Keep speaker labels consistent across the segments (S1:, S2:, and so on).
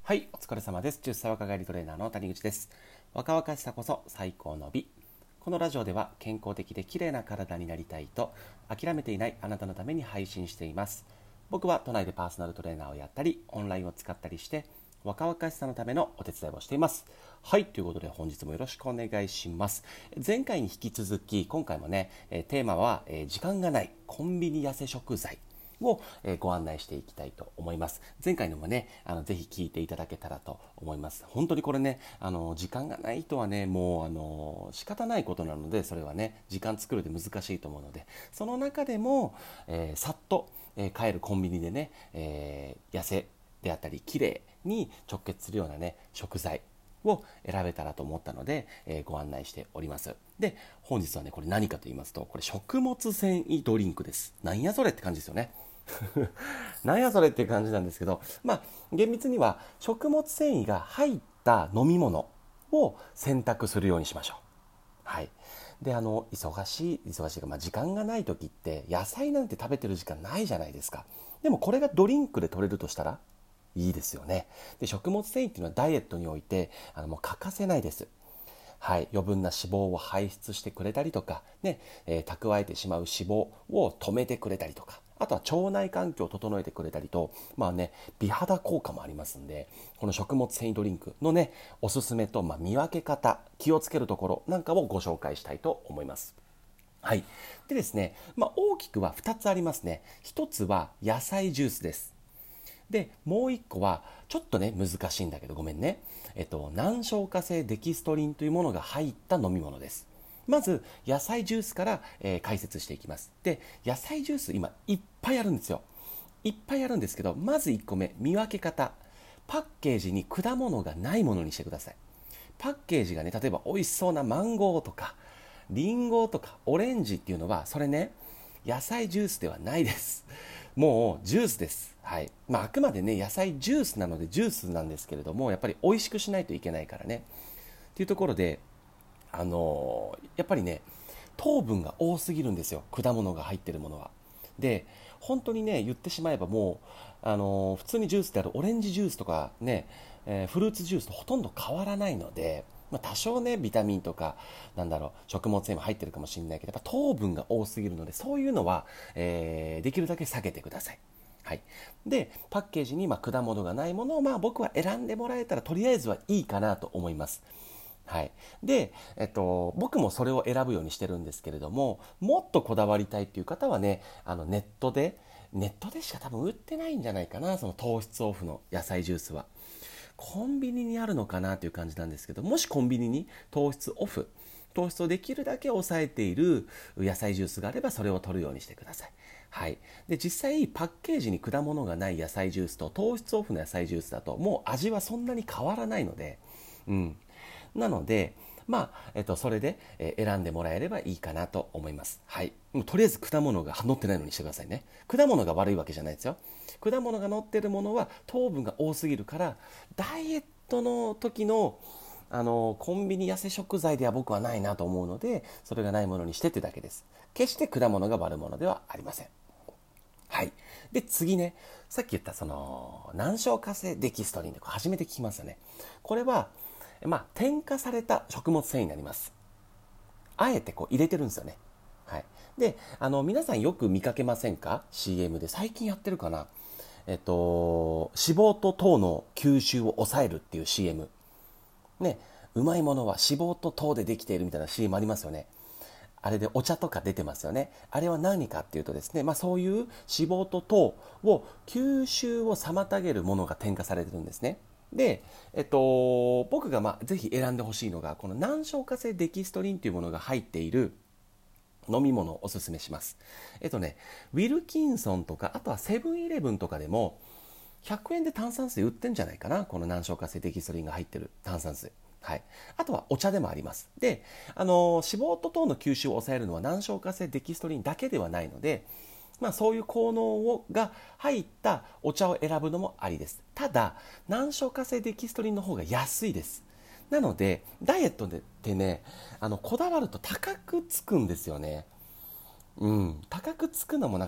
S1: はい、お疲れ様です。10歳若返りトレーナーの谷口です。若々しさこそ最高の美。このラジオでは健康的で綺麗な体になりたいと諦めていないあなたのために配信しています。僕は都内でパーソナルトレーナーをやったり、オンラインを使ったりして若々しさのためのお手伝いをしています。はい、ということで本日もよろしくお願いします。前回に引き続き今回もね、テーマは、時間がないコンビニ痩せ食材をご案内していきたいと思います。前回のもね、ぜひ聞いていただけたらと思います。本当にこれね、時間がない人はね、もう仕方ないことなので、それはね、時間作るで難しいと思うので、その中でも、さっと、買えるコンビニでね、痩せであったり、綺麗に直結するようなね、食材を選べたらと思ったので、ご案内しております。で、本日はね、これ何かと言いますと、これ食物繊維ドリンクです。なんやそれって感じですよね。なんやそれっていう感じなんですけど、厳密には食物繊維が入った飲み物を選択するようにしましょう。はい。で、忙しいか、時間がない時って野菜なんて食べてる時間ないじゃないですか。でもこれがドリンクで取れるとしたらいいですよね。で、食物繊維っていうのはダイエットにおいてもう欠かせないです。はい、余分な脂肪を排出してくれたりとか、ね蓄えてしまう脂肪を止めてくれたりとか、あとは腸内環境を整えてくれたりと、美肌効果もありますんで、この食物繊維ドリンクのね、おすすめと、見分け方、気をつけるところなんかをご紹介したいと思います。はい。でですね、大きくは2つありますね。1つは野菜ジュースです。で、もう一個は、ちょっとね、難しいんだけどごめんね。難消化性デキストリンというものが入った飲み物です。まず、野菜ジュースから、解説していきます。で、野菜ジュース今いっぱいあるんですよ。いっぱいあるんですけど、まず1個目、見分け方。パッケージに果物がないものにしてください。パッケージがね、例えば美味しそうなマンゴーとか、リンゴとかオレンジっていうのは、それね、野菜ジュースではないです。もうジュースです。はい。あくまでね、野菜ジュースなのでジュースなんですけれども、やっぱり美味しくしないといけないからね。っていうところで、やっぱりね、糖分が多すぎるんですよ。果物が入ってるものは。で、本当にね、言ってしまえばもう、普通にジュースであるオレンジジュースとかね、フルーツジュースとほとんど変わらないので、多少ね、ビタミンとか、食物繊維も入ってるかもしれないけど、やっぱ糖分が多すぎるので、そういうのは、できるだけ避けてください。はい。で、パッケージに果物がないものを僕は選んでもらえたらとりあえずはいいかなと思います。はい。で、僕もそれを選ぶようにしてるんですけれども、もっとこだわりたいっていう方はね、ネットでしか多分売ってないんじゃないかな、その糖質オフの野菜ジュースは。コンビニにあるのかなという感じなんですけど、もしコンビニに糖質オフ、糖質をできるだけ抑えている野菜ジュースがあればそれを取るようにしてください。はい。で、実際パッケージに果物がない野菜ジュースと糖質オフの野菜ジュースだともう味はそんなに変わらないので、うん。なので、それで選んでもらえればいいかなと思います。はい。もうとりあえず果物が乗ってないのにしてくださいね。果物が悪いわけじゃないですよ。果物が乗ってるものは糖分が多すぎるから、ダイエットの時のコンビニ痩せ食材では僕はないなと思うので、それがないものにしてってだけです。決して果物が悪者ではありません。はい。で、次ね、さっき言ったその難消化性デキストリンで初めて聞きますよね。これは添加された食物繊維になります。あえて入れてるんですよね。はい。で、皆さんよく見かけませんか？ CM で。最近やってるかな？脂肪と糖の吸収を抑えるっていう CM。ね、うまいものは脂肪と糖でできているみたいな CM ありますよね。あれでお茶とか出てますよね。あれは何かっていうとですね、そういう脂肪と糖を吸収を妨げるものが添加されてるんですね。で、僕がぜひ選んでほしいのが、この難消化性デキストリンというものが入っている飲み物をおすすめします。ウィルキンソンとか、あとはセブンイレブンとかでも、100円で炭酸水売ってんじゃないかな、この難消化性デキストリンが入ってる炭酸水。はい。あとはお茶でもあります。で、脂肪と糖の吸収を抑えるのは難消化性デキストリンだけではないので、そういう効能が入ったお茶を選ぶのもありです。ただ、難消化性デキストリンの方が安いです。なので、ダイエットでね、こだわると高くつくんですよね。うん。高くつくのも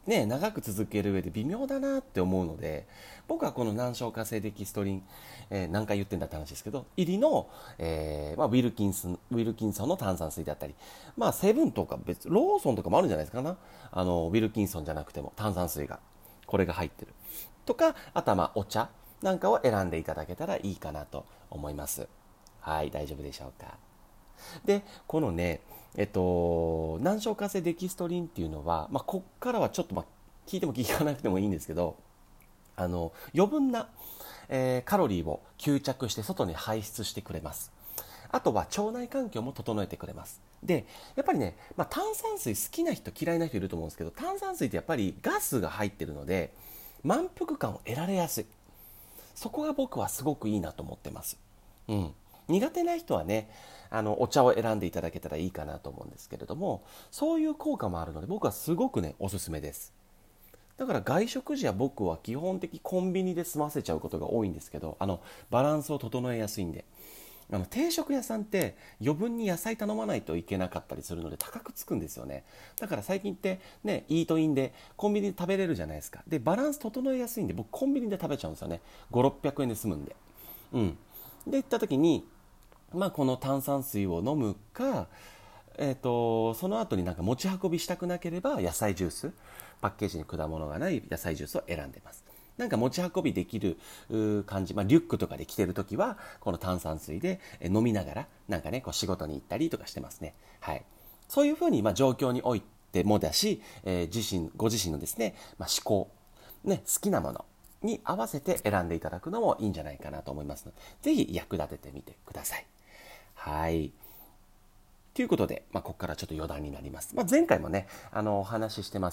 S1: ね、長く続ける上で微妙だなって思うので、僕はこの難消化性デキストリン、何回言ってんだって話ですけど、入りの、ウィルキンソンの炭酸水だったり、セブンとかローソンとかもあるんじゃないですかな。ウィルキンソンじゃなくても炭酸水が、これが入ってる。とか、あとはお茶なんかを選んでいただけたらいいかなと思います。はい、大丈夫でしょうか。で、このね、難消化性デキストリンっていうのは、こっからはちょっと、聞いても聞かなくてもいいんですけど、余分な、カロリーを吸着して外に排出してくれます。あとは腸内環境も整えてくれます。で、やっぱりね、炭酸水好きな人嫌いな人いると思うんですけど、炭酸水ってやっぱりガスが入ってるので満腹感を得られやすい。そこが僕はすごくいいなと思ってます。うん、苦手な人はね、お茶を選んでいただけたらいいかなと思うんですけれども、そういう効果もあるので僕はすごくねおすすめです。だから外食時は僕は基本的コンビニで済ませちゃうことが多いんですけど、バランスを整えやすいんで、定食屋さんって余分に野菜頼まないといけなかったりするので高くつくんですよね。だから最近ってね、イートインでコンビニで食べれるじゃないですか。でバランス整えやすいんで僕コンビニで食べちゃうんですよね。5、600円で済むんで。で行った時に、この炭酸水を飲むか、その後になんか持ち運びしたくなければ野菜ジュース、パッケージに果物がない野菜ジュースを選んでます。なんか持ち運びできる感じ、リュックとかで着てるときはこの炭酸水で飲みながらなんかねこう仕事に行ったりとかしてますね。はい、そういうふうに状況においてもだし、ご自身のですね、思考、ね、好きなものに合わせて選んでいただくのもいいんじゃないかなと思いますので、ぜひ役立ててみてください。はい。ということで、ここからちょっと余談になります。前回もね、お話ししてます。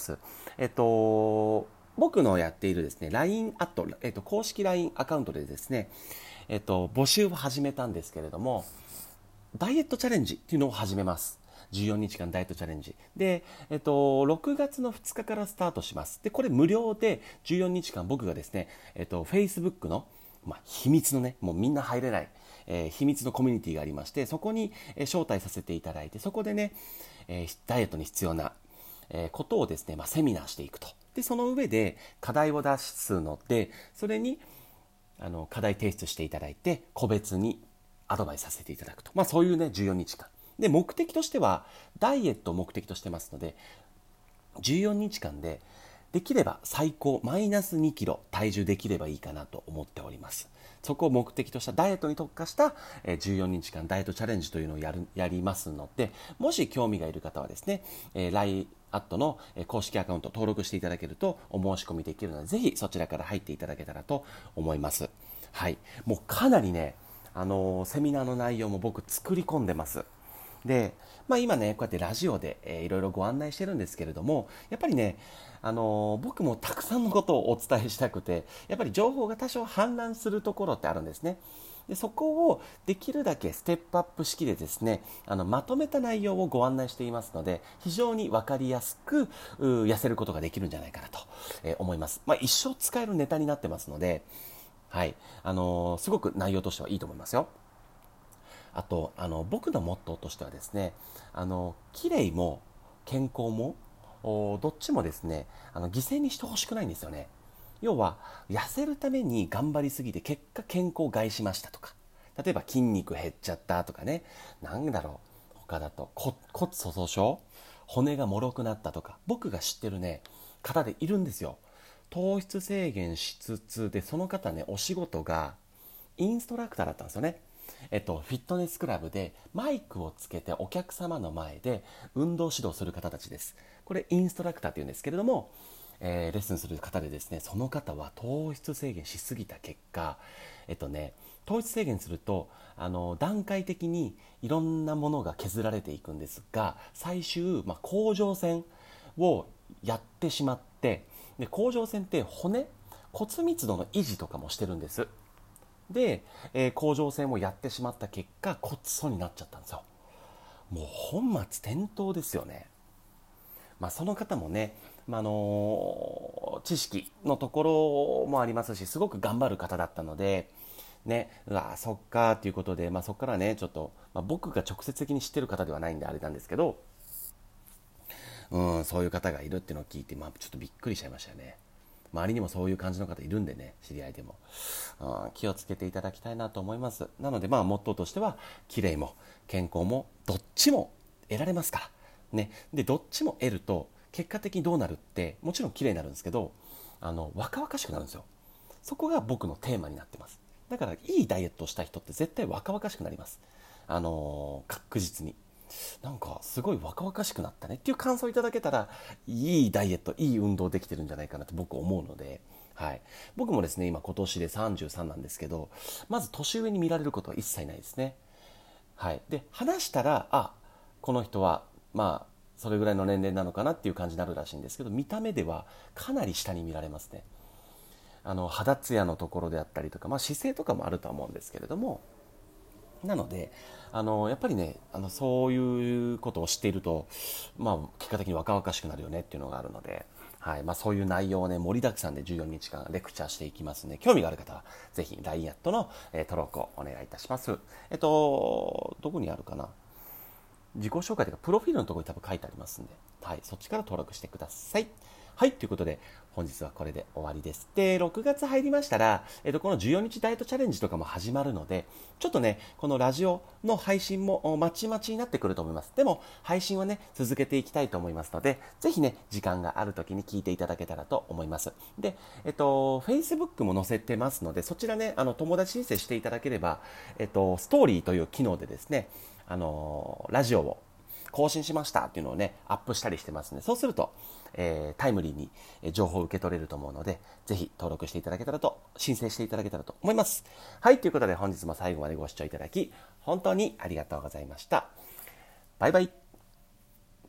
S1: 僕のやっているですね、LINE アット、公式 LINE アカウントでですね、募集を始めたんですけれども、ダイエットチャレンジっていうのを始めます。14日間ダイエットチャレンジ。で、6月の2日からスタートします。で、これ無料で14日間僕がですね、Facebook の、秘密のね、もうみんな入れない、秘密のコミュニティがありまして、そこに、招待させていただいて、そこでね、ダイエットに必要な、ことをですね、セミナーしていくと。で、その上で課題を出すので、それに課題提出していただいて、個別にアドバイスさせていただくと。そういうね、14日間。で、目的としては、ダイエットを目的としてますので、14日間で、できれば最高マイナス2キロ体重できればいいかなと思っております。そこを目的としたダイエットに特化した14日間ダイエットチャレンジというのをやりますので、もし興味がいる方はですね、LINE アットの公式アカウント登録していただけるとお申し込みできるので、ぜひそちらから入っていただけたらと思います。はい、もうかなりね、セミナーの内容も僕作り込んでます。で、今ねこうやってラジオで、いろいろご案内してるんですけれども、やっぱりね、僕もたくさんのことをお伝えしたくて、やっぱり情報が多少氾濫するところってあるんですね。でそこをできるだけステップアップ式でですね、まとめた内容をご案内していますので、非常に分かりやすく痩せることができるんじゃないかなと、思います。一生使えるネタになってますので、はい、すごく内容としてはいいと思いますよ。あと僕のモットーとしてはですね、綺麗も健康もどっちもですね、犠牲にしてほしくないんですよね。要は痩せるために頑張りすぎて結果健康を害しましたとか、例えば筋肉減っちゃったとかね、なんだろう、他だと骨粗鬆症、骨が脆くなったとか、僕が知ってるね方でいるんですよ。糖質制限しつつで、その方ねお仕事がインストラクターだったんですよね。フィットネスクラブでマイクをつけてお客様の前で運動指導する方たちです。これインストラクターっていうんですけれども、レッスンする方でですね、その方は糖質制限しすぎた結果、糖質制限すると段階的にいろんなものが削られていくんですが、最終、甲状腺をやってしまって、で甲状腺って骨密度の維持とかもしてるんです。で、甲状腺をやってしまった結果骨粗になっちゃったんですよ。もう本末転倒ですよね。その方もね、知識のところもありますし、すごく頑張る方だったのでね、うわそっかということで、そこからねちょっと、僕が直接的に知ってる方ではないんであれなんですけど、 そういう方がいるっていうのを聞いて、ちょっとびっくりしちゃいましたよね。周りにもそういう感じの方いるんでね、知り合いでも、気をつけていただきたいなと思います。なのでモットーとしては、綺麗も健康もどっちも得られますからね。でどっちも得ると結果的にどうなるって、もちろん綺麗になるんですけど、若々しくなるんですよ。そこが僕のテーマになってます。だからいいダイエットをした人って絶対若々しくなります。確実に。なんかすごい若々しくなったねっていう感想をいただけたら、いいダイエット、いい運動できてるんじゃないかなと僕思うので、はい、僕もですね、今年で33なんですけど、まず年上に見られることは一切ないですね。はい、で話したら、この人はそれぐらいの年齢なのかなっていう感じになるらしいんですけど、見た目ではかなり下に見られますね。肌ツヤのところであったりとか、姿勢とかもあるとは思うんですけれども、なのでやっぱりね、そういうことを知っていると、結果的に若々しくなるよねっていうのがあるので、はい、そういう内容をね、盛りだくさんで14日間レクチャーしていきますので、興味がある方はぜひ LINE アットの、登録をお願いいたします。どこにあるかな、自己紹介というかプロフィールのところに多分書いてありますんで、はい、そっちから登録してください。はい、ということで本日はこれで終わりです。で、6月入りましたら、この14日ダイエットチャレンジとかも始まるので、ちょっとね、このラジオの配信もまちまちになってくると思います。でも配信はね、続けていきたいと思いますので、ぜひね、時間がある時に聞いていただけたらと思います。で、Facebook も載せてますので、そちらね、友達申請していただければ、ストーリーという機能でですね、ラジオを更新しましたっていうのをね、アップしたりしてますね。そうすると、タイムリーに情報を受け取れると思うので、ぜひ登録していただけたらと、申請していただけたらと思います。はい、ということで本日も最後までご視聴いただき、本当にありがとうございました。バイバイ。